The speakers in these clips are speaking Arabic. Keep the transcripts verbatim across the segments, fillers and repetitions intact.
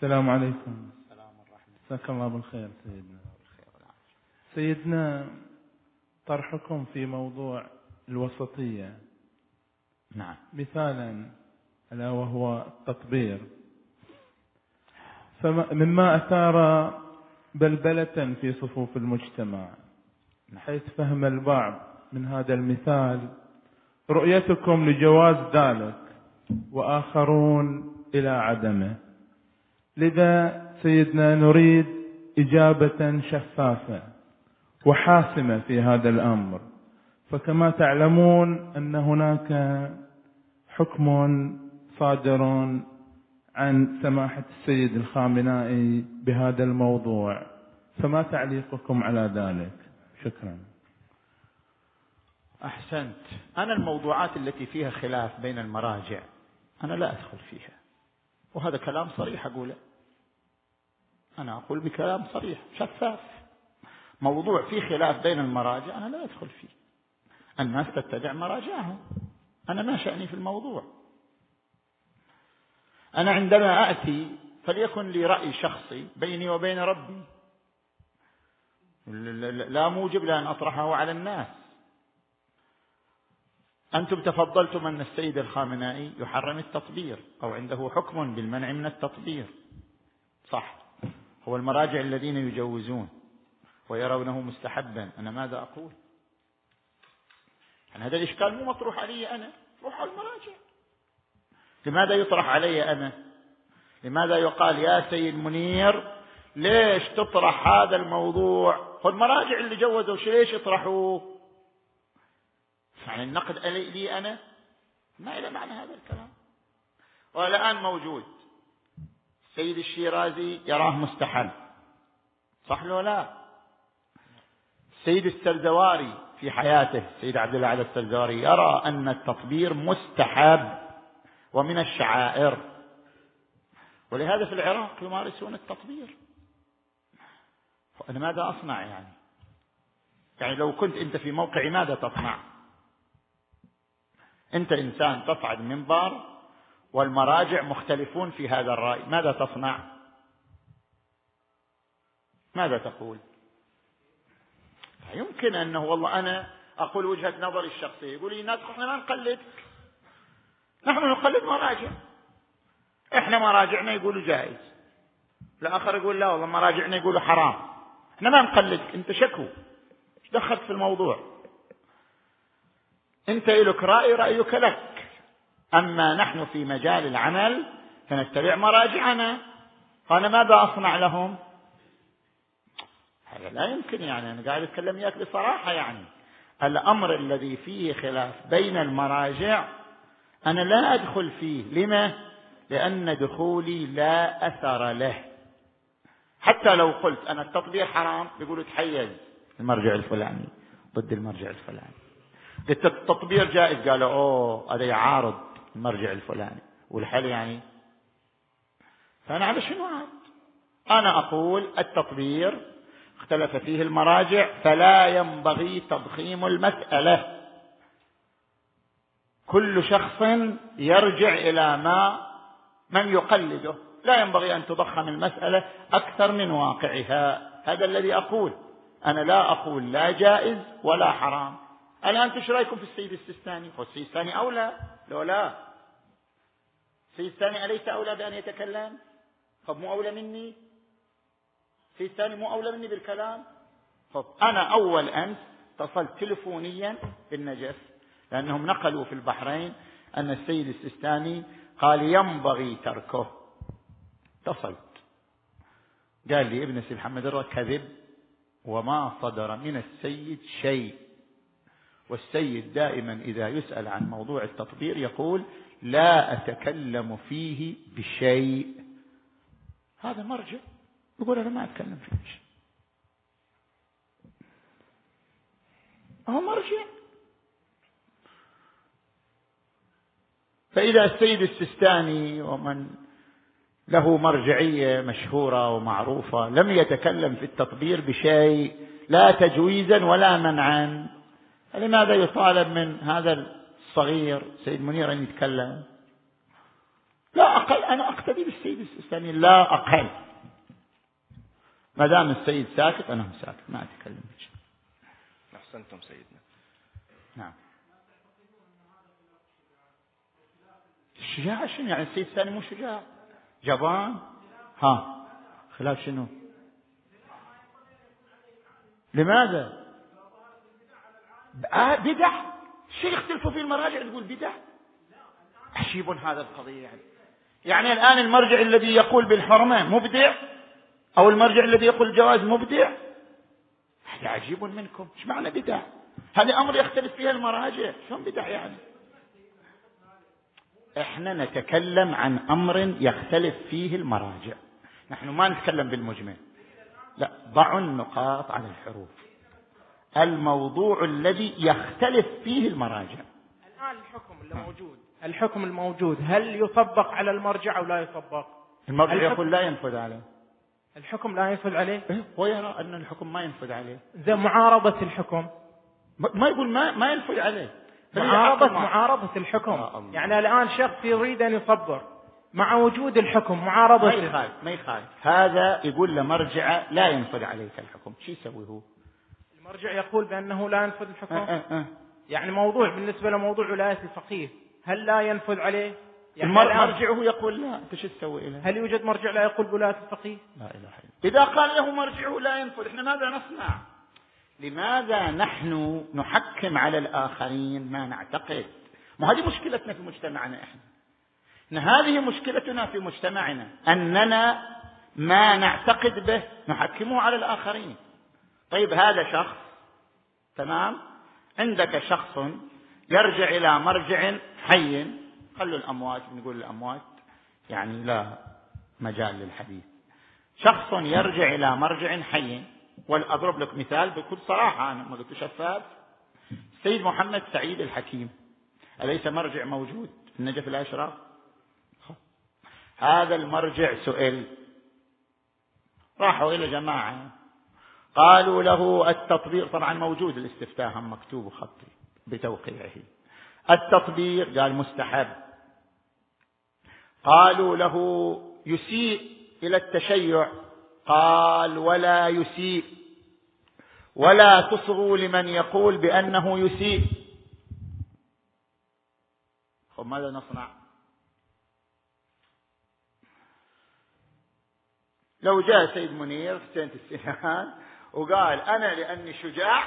السلام عليكم. السلام ورحمة الله. جزاك الله بالخير سيدنا. سيدنا، طرحكم في موضوع الوسطية، نعم، مثالا ألا وهو التطبير، مما أثار بلبلة في صفوف المجتمع، حيث فهم البعض من هذا المثال رؤيتكم لجواز ذلك وآخرون إلى عدمه. لذا سيدنا نريد إجابة شفافة وحاسمة في هذا الأمر. فكما تعلمون أن هناك حكم صادر عن سماحة السيد الخامنائي بهذا الموضوع، فما تعليقكم على ذلك؟ شكرا. أحسنت. أنا الموضوعات التي فيها خلاف بين المراجع أنا لا أدخل فيها، وهذا كلام صريح أقوله. أنا أقول بكلام صريح شفاف. موضوع فيه خلاف بين المراجع أنا لا أدخل فيه. الناس تتبع مراجعهم، أنا ما شأني في الموضوع. أنا عندما أأتي فليكن لي رأي شخصي بيني وبين ربي، لا موجب لأن أطرحه على الناس. أنتم تفضلتم أن السيد الخامنائي يحرم التطبير أو عنده حكم بالمنع من التطبير، صح؟ هو المراجع الذين يجوزون ويرونه مستحبا. أنا ماذا أقول؟ يعني هذا الإشكال مو مطروح علي أنا، روح على المراجع. لماذا يطرح علي أنا؟ لماذا يقال يا سيد منير ليش تطرح هذا الموضوع؟ فالمراجع اللي جوزوا ليش يطرحوه؟ يعني النقد لي أنا؟ ما إلى معنى هذا الكلام. والآن موجود السيد الشيرازي يراه مستحب، صح له لا؟ السيد السردواري في حياته، السيد عبد الله علي السردواري، يرى أن التطبير مستحب ومن الشعائر، ولهذا في العراق يمارسون التطبير. فأنا ماذا أصنع يعني؟ يعني لو كنت أنت في موقعي ماذا تصنع؟ أنت إنسان تصعد منبر والمراجع مختلفون في هذا الرأي، ماذا تصنع؟ ماذا تقول؟ يمكن أنه والله أنا أقول وجهة نظري الشخصية، يقول لي الناس إحنا ما نقلدك، نحن نقلد مراجع، إحنا مراجعنا يقولوا جائز، الآخر يقول لا والله مراجعنا يقولوا حرام، إحنا ما نقلدك، أنت شكو إيش دخلت في الموضوع؟ أنت لك رأي، رأيك لك. أما نحن في مجال العمل فنتبع مراجعنا، فأنا ماذا أصنع لهم؟ هذا لا يمكن. يعني أنا قاعد أتكلم إياك بصراحة. يعني الأمر الذي فيه خلاف بين المراجع أنا لا أدخل فيه. لما؟ لأن دخولي لا أثر له. حتى لو قلت أنا التطبير حرام يقولوا تحيز المرجع الفلاني ضد المرجع الفلاني، قلت التطبير جائز قالوا أوه هذا يعارض المرجع الفلاني، والحل يعني. فأنا على شنو عاد؟ أنا أقول التطبير اختلف فيه المراجع فلا ينبغي تضخيم المسألة. كل شخص يرجع إلى ما من يقلده، لا ينبغي أن تضخم المسألة أكثر من واقعها. هذا الذي أقول. أنا لا أقول لا جائز ولا حرام. الآن ايش رايكم في السيد السيستاني؟ هو السيد السيستاني أولى لو لا؟ السيد السيستاني أليس أولى بأن يتكلم؟ طب مو أولى مني؟ السيد الثاني مو أولى مني بالكلام؟ طب أنا أول أمس اتصلت تلفونيا بالنجف لأنهم نقلوا في البحرين أن السيد السيستاني قال ينبغي تركه. اتصلت قال لي ابن سي محمد الرا كذب وما صدر من السيد شيء، والسيد دائما إذا يسأل عن موضوع التطبير يقول لا أتكلم فيه بشيء. هذا مرجع يقول أنا ما أتكلم فيه بشيء، هو مرجع. فإذا السيد السيستاني ومن له مرجعية مشهورة ومعروفة لم يتكلم في التطبير بشيء لا تجويزا ولا منعا، لماذا يطالب من هذا الصغير سيد منير أن يتكلم؟ لا أقل، أنا أقتدي بالسيد السيستاني لا أقل. ما دام السيد ساكت أنا هم ساكت، ما أتكلم. أحسنتم سيدنا. نعم. الشجاعة شنو يعني؟ السيد الثاني مو شجاع، جبان. ها خلاف شنو؟ لماذا؟ بدع. شيء يختلفوا فيه المراجع تقول بدع. عجيب هذا القضية. يعني يعني الآن المرجع الذي يقول بالحرمة مبدع، أو المرجع الذي يقول الجواز مبدع. هذا عجيب منكم. ايش معنى بدع؟ هذا أمر يختلف فيها المراجع. شلون بدع يعني؟ احنا نتكلم عن أمر يختلف فيه المراجع، نحن ما نتكلم بالمجمل. لا، ضعوا النقاط على الحروف. الموضوع الذي يختلف فيه المراجع. الآن الحكم اللي موجود، الحكم الموجود هل يطبق على المرجع أو لا يطبق؟ المرجع يقول لا ينفذ عليه. الحكم لا ينفذ عليه؟ إيه؟ هو يرى أن الحكم ما ينفذ عليه. زي معارضة الحكم. ما يقول ما ما ينفذ عليه. معارضة معارضة الحكم. آه يعني الآن شخص يريد أن يصبر مع وجود الحكم، معارضة. ما يخالف ما يخالف. هذا يقول لمرجع لا ينفذ عليك الحكم، شو يسوي هو؟ المرجع يقول بأنه لا ينفذ الحكم. أه أه أه. يعني موضوع بالنسبة لموضوع ولاية الفقيه هل لا ينفذ عليه؟ يعني مرجعه يقول لا، انت شو تسوي له؟ هل يوجد مرجع لا يقول بولاية الفقيه؟ لا إله إلا. إذا قال له مرجعه لا ينفذ، احنا ماذا نصنع؟ لماذا نحن نحكم على الآخرين ما نعتقد؟ ما هذه مشكلتنا في مجتمعنا احنا. إن هذه مشكلتنا في مجتمعنا، أننا ما نعتقد به نحكمه على الآخرين. طيب هذا شخص، تمام، عندك شخص يرجع إلى مرجع حي، خلوا الأموات، نقول الأموات يعني لا مجال للحديث. شخص يرجع إلى مرجع حي، والأضرب لك مثال بكل صراحة، أنا ما قلت شفاف. السيد محمد سعيد الحكيم أليس مرجع موجود في النجف الأشرف؟ هذا المرجع سئل، راحوا إلى جماعة قالوا له التطبيق، طبعا موجود الاستفتاء هم مكتوب وخطي بتوقيعه، التطبيق قال مستحب. قالوا له يسيء إلى التشيع، قال ولا يسيء، ولا تصغوا لمن يقول بأنه يسيء. طب ماذا نصنع؟ لو جاء سيد منير في سنة السنان وقال أنا لأني شجاع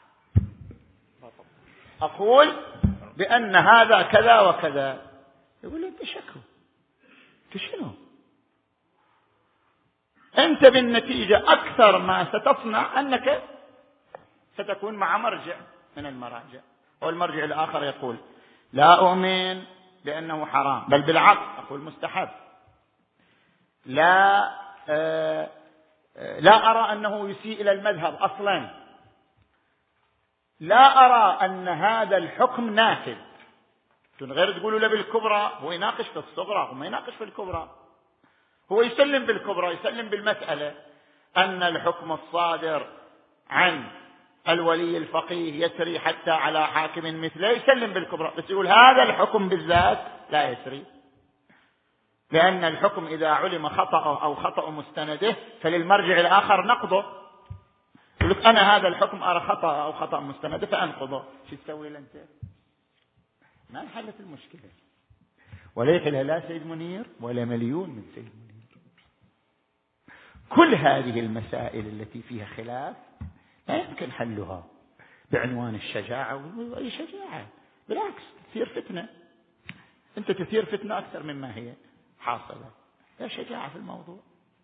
أقول بأن هذا كذا وكذا، يقول له أنت شكو، أنت شنو؟ أنت بالنتيجة أكثر ما ستصنع أنك ستكون مع مرجع من المراجع، والمرجع الآخر يقول لا أؤمن بأنه حرام، بل بالعكس أقول مستحب، لا آه آه لا أرى أنه يسيء إلى المذهب أصلا، لا أرى أن هذا الحكم نافذ. غير تقولوا له بالكبرى، هو يناقش في الصغرى وما يناقش في الكبرى، هو يسلم بالكبرى، يسلم بالمسألة أن الحكم الصادر عن الولي الفقيه يسري حتى على حاكم مثله، يسلم بالكبرى، بس يقول هذا الحكم بالذات لا يسري، لأن الحكم إذا علم خطأه أو خطأ مستنده فللمرجع الآخر نقضه. يقول لك أنا هذا الحكم أرى خطأ أو خطأ مستنده فأنقضه، شو تسوي له أنت؟ ما انحلت المشكلة، ولا يحلها لا سيد منير ولا مليون من سيد منير. كل هذه المسائل التي فيها خلاف لا يمكن حلها بعنوان الشجاعة، وأي شجاعة، بالعكس تثير فتنة، أنت تثير فتنة أكثر مما هي حاصلة، لا شجاعة في الموضوع.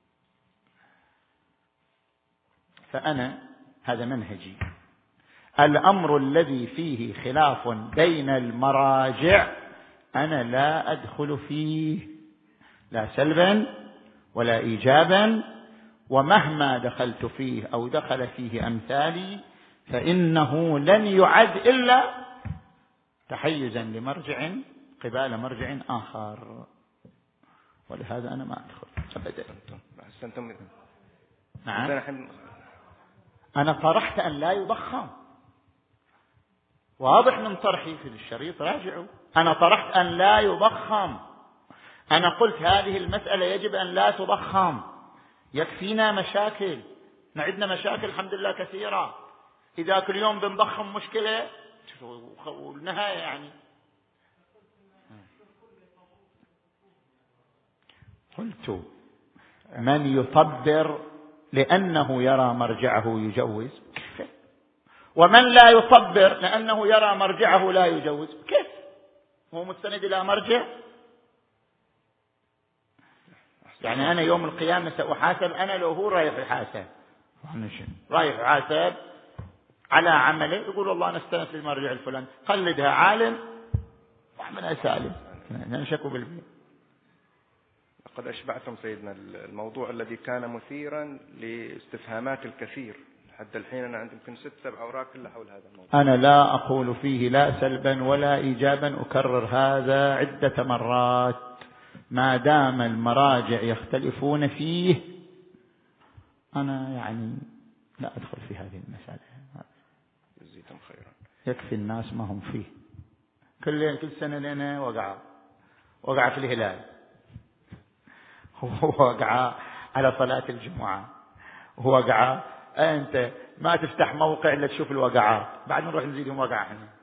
فأنا هذا منهجي، الأمر الذي فيه خلاف بين المراجع أنا لا أدخل فيه لا سلبا ولا إيجابا، ومهما دخلت فيه أو دخل فيه أمثالي فإنه لن يعد إلا تحيزا لمرجع قبال مرجع آخر، ولهذا أنا ما أدخل أبدا. نعم، أنا طرحت أن لا يضخم، واضح من طرحي في الشريط، راجعوا، أنا طرحت أن لا يضخم، أنا قلت هذه المسألة يجب أن لا تضخم، يكفينا مشاكل، عندنا مشاكل الحمد لله كثيرة، إذا كل يوم بنضخم مشكلة والنهاية يعني. قلت من يطبر لأنه يرى مرجعه يجوز كيف، ومن لا يطبر لأنه يرى مرجعه لا يجوز كيف، هو مستند إلى مرجع. يعني أنا يوم القيامة سأحاسب أنا لو هو رايح يحاسب، رايح يحاسب على عمله، يقول والله أنا استند للمرجع الفلاني، قلدها عالم واعملها سالم، ننشك بالبيت. قد أشبعتم سيدنا الموضوع الذي كان مثيرا لاستفهامات الكثير حتى الحين. أنا عندي يمكن ست سبع أوراق كلها حول هذا الموضوع. أنا لا أقول فيه لا سلبا ولا إيجابا، أكرر هذا عدة مرات، ما دام المراجع يختلفون فيه أنا يعني لا أدخل في هذه المسألة. جزيتم خيرا. يكفي الناس ما هم فيه. كل كل سنة لنا وقع وقع في الهلال، وقع على صلاة الجمعة، وقع أنت ما تفتح موقع إلا تشوف الوقعات، بعد نروح نزيدهم وقع احنا.